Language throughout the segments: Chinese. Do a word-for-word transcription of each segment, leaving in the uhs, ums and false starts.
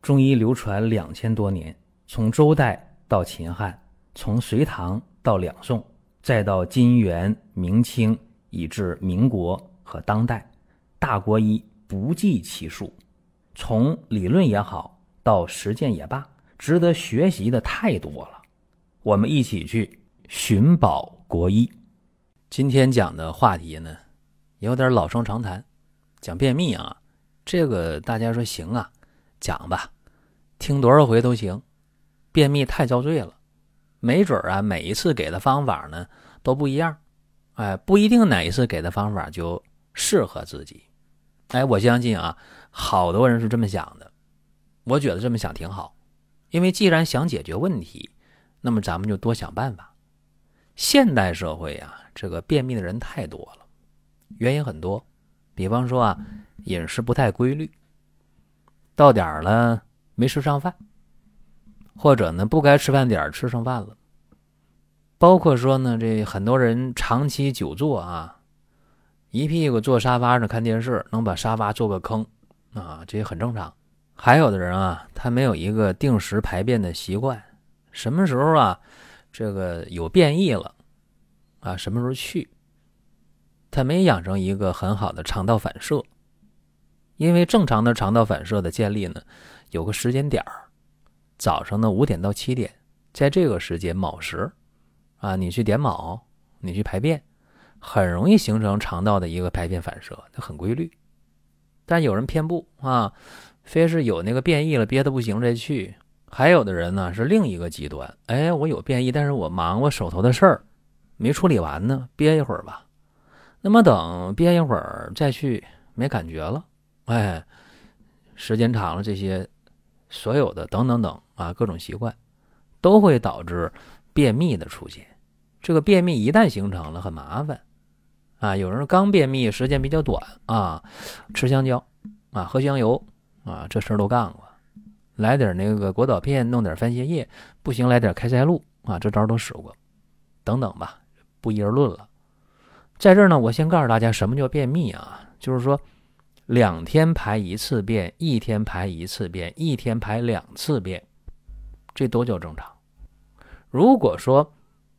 中医流传两千多年，从周代到秦汉，从隋唐到两宋，再到金元明清，以至民国和当代，大国医不计其数。从理论也好，到实践也罢，值得学习的太多了。我们一起去寻宝国医。今天讲的话题呢，有点老生常谈，讲便秘啊，这个大家说行啊，讲吧，听多少回都行。便秘太遭罪了，没准啊，每一次给的方法呢都不一样，哎，不一定哪一次给的方法就适合自己。哎，我相信啊，好多人是这么想的，我觉得这么想挺好，因为既然想解决问题，那么咱们就多想办法。现代社会啊，这个便秘的人太多了，原因很多，比方说啊，饮食不太规律，到点了没吃上饭，或者呢不该吃饭点吃上饭了，包括说呢，这很多人长期久坐啊，一屁股坐沙发上看电视，能把沙发做个坑啊，这也很正常。还有的人啊，他没有一个定时排便的习惯，什么时候啊这个有便意了啊，什么时候去，他没养成一个很好的肠道反射。因为正常的肠道反射的建立呢，有个时间点儿，早上的五点到七点，在这个时间卯时啊，你去点卯，你去排便，很容易形成肠道的一个排便反射，它很规律。但有人偏不啊，非是有那个便意了，憋得不行再去。还有的人呢是另一个极端，哎，我有便意，但是我忙我手头的事儿没处理完呢，憋一会儿吧。那么等憋一会儿再去，没感觉了，哎，时间长了，这些所有的等等等啊，各种习惯都会导致便秘的出现。这个便秘一旦形成了，很麻烦啊。有人刚便秘时间比较短啊，吃香蕉啊，喝香油啊，这事儿都干过。来点那个果导片，弄点番泻叶，不行来点开塞露啊，这招都使过，等等吧，不一而论了。在这儿呢，我先告诉大家什么叫便秘啊，就是说两天排一次便，一天排一次便，一天排两次便，这都叫正常。如果说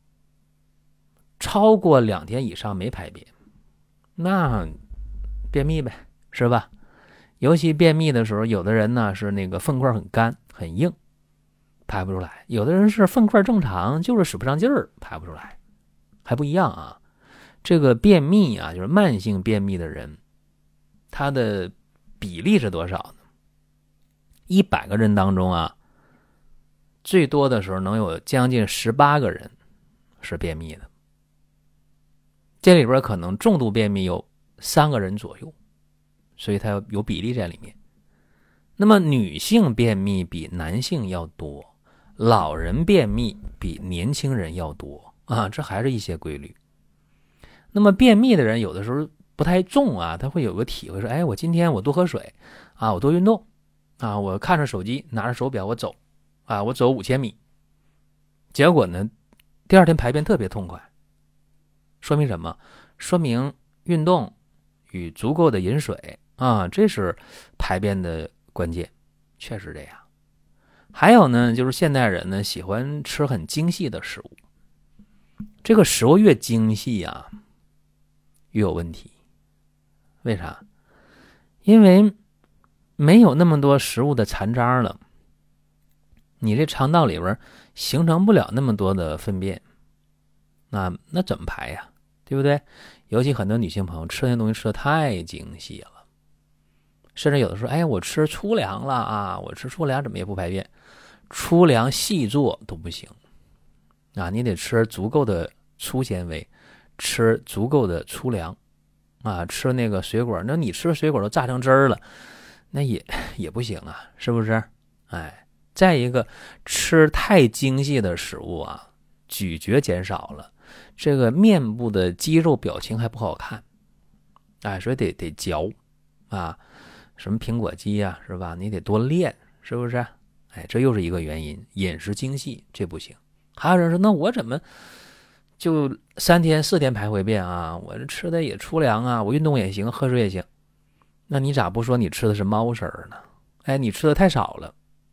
超过两天以上没排便，那便秘呗，是吧？尤其便秘的时候，有的人呢是那个粪块很干很硬，排不出来；有的人是粪块正常，就是使不上劲儿，排不出来，还不一样啊。这个便秘啊，就是慢性便秘的人，他的比例是多少呢？一百个人当中啊，最多的时候能有将近十八个人是便秘的。这里边可能重度便秘有三个人左右，所以它有比例在里面。那么女性便秘比男性要多，老人便秘比年轻人要多啊，这还是一些规律。那么便秘的人有的时候不太重啊，他会有个体会说，哎，我今天我多喝水啊，我多运动啊，我看着手机拿着手表我走啊，我走五千米，结果呢第二天排便特别痛快，说明什么？说明运动与足够的饮水啊，这是排便的关键，确实这样。还有呢，就是现代人呢喜欢吃很精细的食物，这个食物越精细啊，越有问题。为啥？因为没有那么多食物的残渣了，你这肠道里边形成不了那么多的粪便，那那怎么排呀？对不对？尤其很多女性朋友吃那东西吃的太精细了，甚至有的时候，哎，我吃粗粮了啊，我吃粗粮怎么也不排便，粗粮细做都不行啊，你得吃足够的粗纤维，吃足够的粗粮啊，吃那个水果，那你吃水果都榨成汁儿了，那也也不行啊，是不是？哎，再一个，吃太精细的食物啊，咀嚼减少了，这个面部的肌肉表情还不好看，哎，所以得得嚼啊，什么苹果肌啊，是吧？你得多练，是不是？哎，这又是一个原因，饮食精细这不行。还有人说，那我怎么就三天四天排回便啊？我这吃的也粗粮啊，我运动也行，喝水也行。那你咋不说你吃的是猫食儿呢？哎，你吃的太少了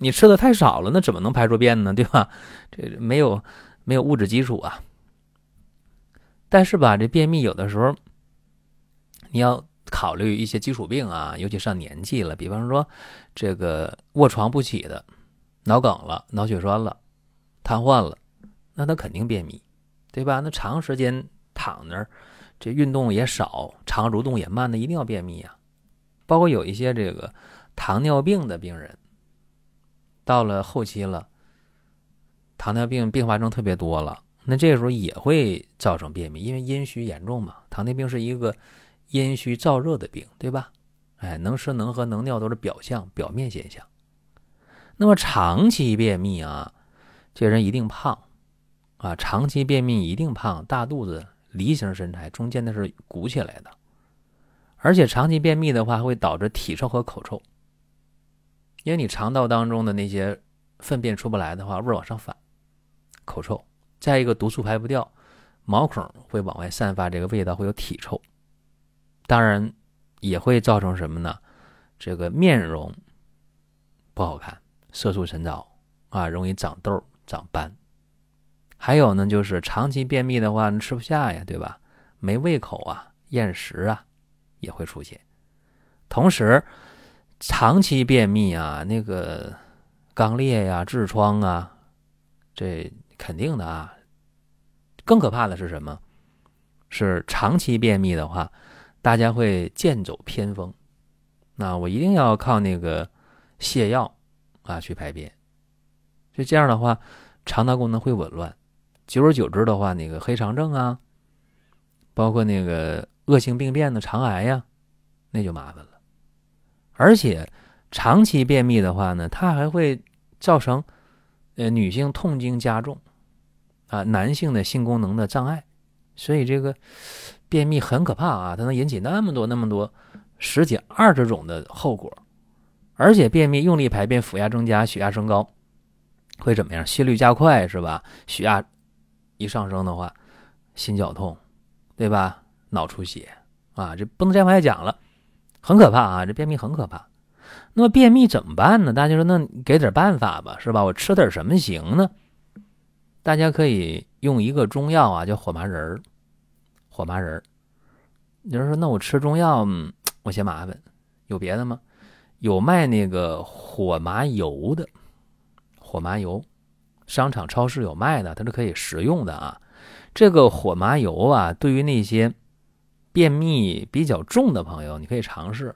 你吃的太少了，那怎么能排出便呢？对吧？这没有没有物质基础啊。但是吧，这便秘有的时候你要考虑一些基础病啊，尤其上年纪了，比方说这个卧床不起的，脑梗了、脑血栓了、瘫痪了，那他肯定便秘，对吧？那长时间躺那儿，这运动也少，肠蠕动也慢，那一定要便秘啊。包括有一些这个糖尿病的病人，到了后期了，糖尿病并发症特别多了，那这个时候也会造成便秘，因为阴虚严重嘛。糖尿病是一个阴虚燥热的病，对吧？哎，能吃能喝能尿都是表象表面现象。那么长期便秘啊，这人一定胖啊，长期便秘一定胖，大肚子，梨形身材，中间的是鼓起来的。而且长期便秘的话会导致体臭和口臭，因为你肠道当中的那些粪便出不来的话，味儿往上反，口臭。再一个毒素排不掉，毛孔会往外散发这个味道，会有体臭。当然也会造成什么呢？这个面容不好看，色素沉着啊，容易长痘长斑。还有呢，就是长期便秘的话，你吃不下呀，对吧？没胃口啊，厌食啊也会出现。同时长期便秘啊，那个肛裂呀、痔疮啊，这肯定的啊。更可怕的是什么？是长期便秘的话，大家会剑走偏锋。那我一定要靠那个泻药啊去排便，就这样的话，肠道功能会紊乱。久而久之的话，那个黑肠症啊，包括那个恶性病变的肠癌呀、啊，那就麻烦了。而且长期便秘的话呢，它还会造成呃女性痛经加重啊，男性的性功能的障碍。所以这个便秘很可怕啊，它能引起那么多那么多十几二十种的后果。而且便秘用力排便，腹压增加，血压升高，会怎么样？心率加快，是吧？血压一上升的话，心绞痛，对吧？脑出血啊，这不能再往下讲了，很可怕啊！这便秘很可怕。那么便秘怎么办呢？大家说，那给点办法吧，是吧？我吃点什么行呢？大家可以用一个中药啊，叫火麻仁儿。火麻仁儿，有人说，那我吃中药，嗯，我嫌麻烦，有别的吗？有卖那个火麻油的，火麻油，商场超市有卖的，它是可以食用的啊。这个火麻油啊，对于那些便秘比较重的朋友，你可以尝试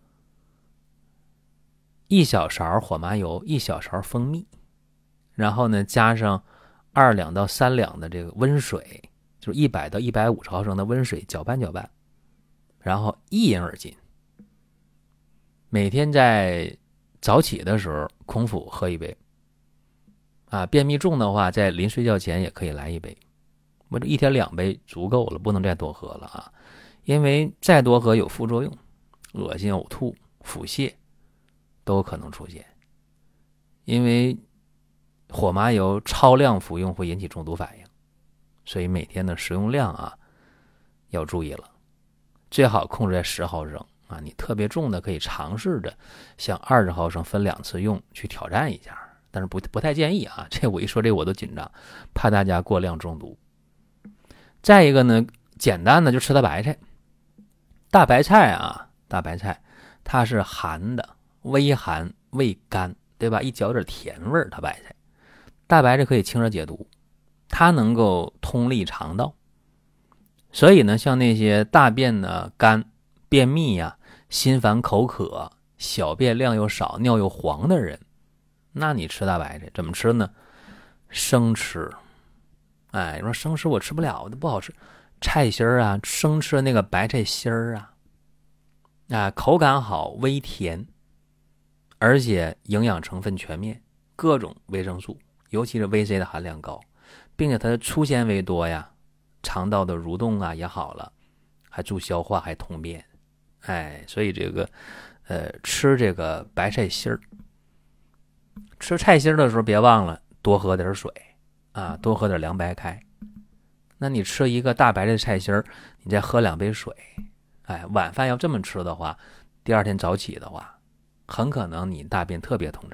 一小勺火麻油，一小勺蜂蜜，然后呢加上二两到三两的这个温水，就是一百到一百五十毫升的温水，搅拌搅拌，然后一饮而尽。每天在早起的时候空腹喝一杯啊，便秘重的话，在临睡觉前也可以来一杯。我这一天两杯足够了，不能再多喝了啊，因为再多喝有副作用，恶心、呕吐、腹泻都有可能出现。因为火麻油超量服用会引起中毒反应，所以每天的食用量啊要注意了，最好控制在十毫升啊。你特别重的可以尝试着像二十毫升分两次用去挑战一下，但是不不太建议啊。这我一说这我都紧张，怕大家过量中毒。再一个呢，简单的就吃大白菜。大白菜啊，大白菜它是寒的，微寒味甘，对吧？一嚼点甜味儿，大白菜。大白菜可以清热解毒，它能够通利肠道。所以呢，像那些大便呢干、便秘呀、啊、心烦口渴、小便量又少、尿又黄的人，那你吃大白菜怎么吃呢？生吃。哎，你说生吃我吃不了，不好吃。菜心儿啊，生吃那个白菜心儿啊，啊，口感好，微甜，而且营养成分全面，各种维生素，尤其是 V C 的含量高，并且它的粗纤维多呀，肠道的蠕动啊也好了，还助消化，还通便。哎，所以这个呃吃这个白菜心儿，吃菜心儿的时候别忘了多喝点水啊，多喝点凉白开。那你吃一个大白菜菜心儿，你再喝两杯水，哎，晚饭要这么吃的话，第二天早起的话，很可能你大便特别通畅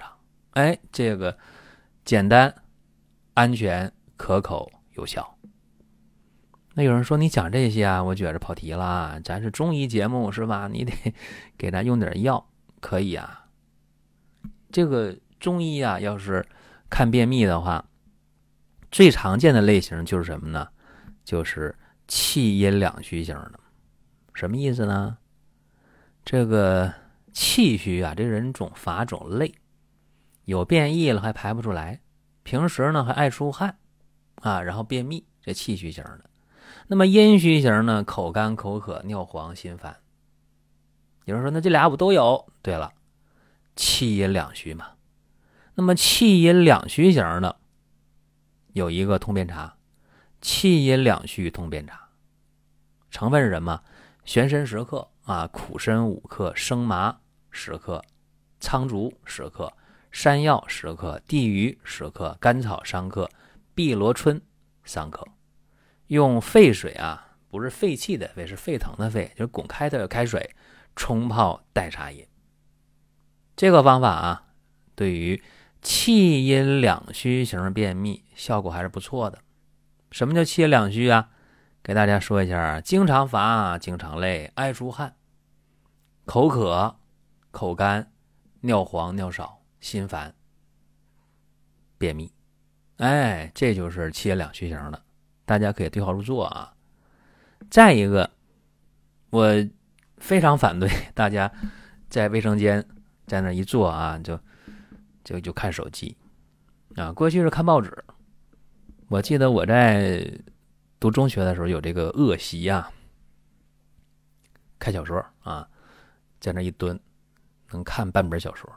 哎，这个简单、安全、可口、有效。那有人说你讲这些啊，我觉着跑题了，咱是中医节目是吧？你得给咱用点药，可以啊。这个中医啊，要是看便秘的话，最常见的类型就是什么呢？就是气阴两虚型的。什么意思呢？这个气虚啊，这人种乏种累，有便意了还排不出来，平时呢还爱出汗啊，然后便秘，这气虚型的。那么阴虚型呢，口干口渴、尿黄、心烦。有人说那这俩我都有。对了，气阴两虚嘛。那么气阴两虚型的有一个通便茶，气阴两虚通便茶，成分是什么？玄参十克啊，苦参五克，生麻十克，苍术十克，山药十克，地榆十克，甘草三克，碧螺春三克。用沸水啊，不是沸气的沸，是沸腾的沸，就是滚开的开水冲泡代茶饮。这个方法啊，对于气阴两虚型便秘效果还是不错的。什么叫气阴两虚啊？给大家说一下，经常乏，经常累，爱出汗，口渴、口干、尿黄、尿少、心烦、便秘。哎，这就是气阴两虚型的。大家可以对号入座啊。再一个，我非常反对大家在卫生间在那一坐啊，就就就看手机啊。过去是看报纸，我记得我在读中学的时候有这个恶习啊，看小说啊，在那一蹲能看半本小说。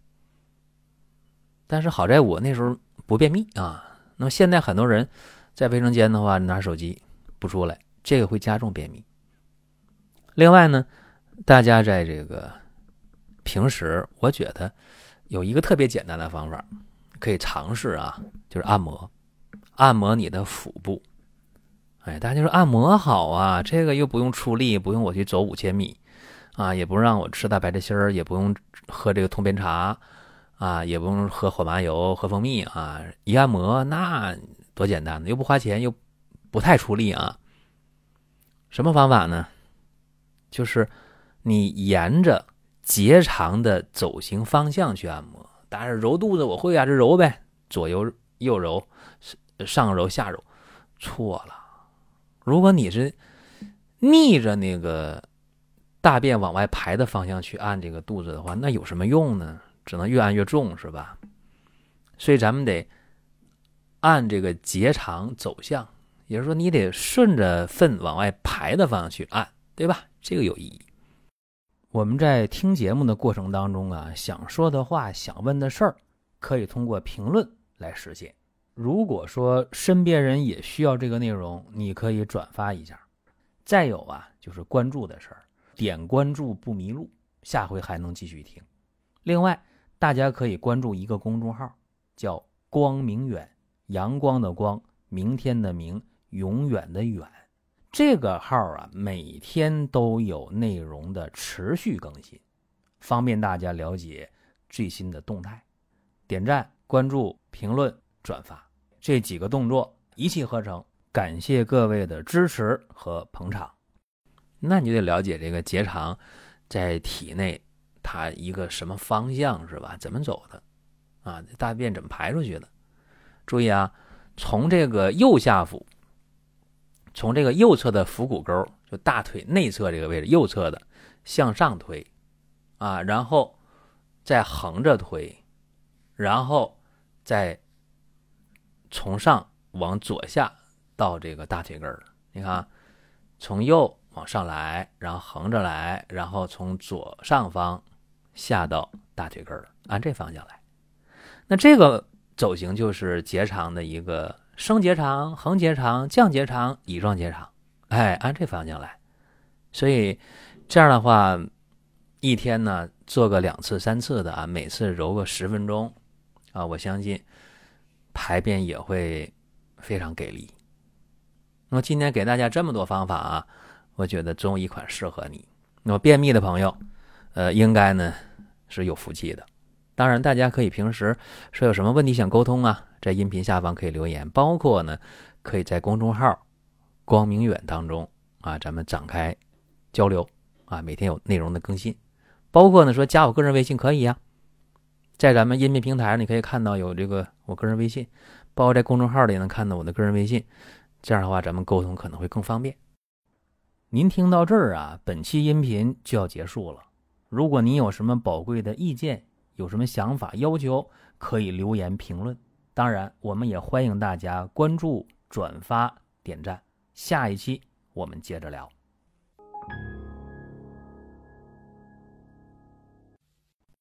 但是好在我那时候不便秘啊。那么现在很多人在卫生间的话拿手机不出来，这个会加重便秘。另外呢，大家在这个平时我觉得有一个特别简单的方法可以尝试啊，就是按摩按摩你的腹部。哎，大家说按摩好啊，这个又不用出力，不用我去走五千米啊，也不让我吃大白菜心儿，也不用喝这个通便茶啊，也不用喝火麻油、喝蜂蜜啊，一按摩那多简单的，又不花钱，又不太出力啊。什么方法呢？就是你沿着结肠的走行方向去按摩。当然揉肚子我会啊，这揉呗，左右右揉，上揉下揉。错了，如果你是逆着那个大便往外排的方向去按这个肚子的话，那有什么用呢？只能越按越重，是吧？所以咱们得按这个结肠走向，也就是说你得顺着粪往外排的方向去按，对吧？这个有意义。我们在听节目的过程当中啊，想说的话、想问的事儿，可以通过评论来实现。如果说身边人也需要这个内容，你可以转发一下。再有啊，就是关注的事儿，点关注不迷路，下回还能继续听。另外，大家可以关注一个公众号，叫光明远，阳光的光，明天的明，永远的远。这个号啊，每天都有内容的持续更新，方便大家了解最新的动态。点赞、关注、评论、转发这几个动作一气呵成，感谢各位的支持和捧场。那你就得了解这个结肠在体内它一个什么方向，是吧？怎么走的啊？大便怎么排出去的？注意啊，从这个右下腹，从这个右侧的腹股沟，就大腿内侧这个位置，右侧的向上推啊，然后再横着推，然后再从上往左下到这个大腿根儿。你看啊，从右往上来，然后横着来，然后从左上方下到大腿根儿，按这方向来。那这个走形就是结肠的一个升结肠、横结肠、降结肠、乙状结肠，哎，按这方向来。所以这样的话，一天呢做个两次、三次的啊，每次揉个十分钟啊，我相信排便也会非常给力。那么今天给大家这么多方法啊，我觉得总有一款适合你。那么便秘的朋友，呃，应该呢是有福气的。 当然，大家可以平时说有什么问题想沟通啊，在音频下方可以留言，包括呢，可以在公众号光明远当中啊，咱们展开交流啊，每天有内容的更新，包括呢说加我个人微信可以呀、啊，在咱们音频平台你可以看到有这个我个人微信，包括在公众号里能看到我的个人微信，这样的话咱们沟通可能会更方便。您听到这儿啊，本期音频就要结束了。如果您有什么宝贵的意见，有什么想法要求，可以留言评论。当然，我们也欢迎大家关注、转发、点赞。下一期我们接着聊。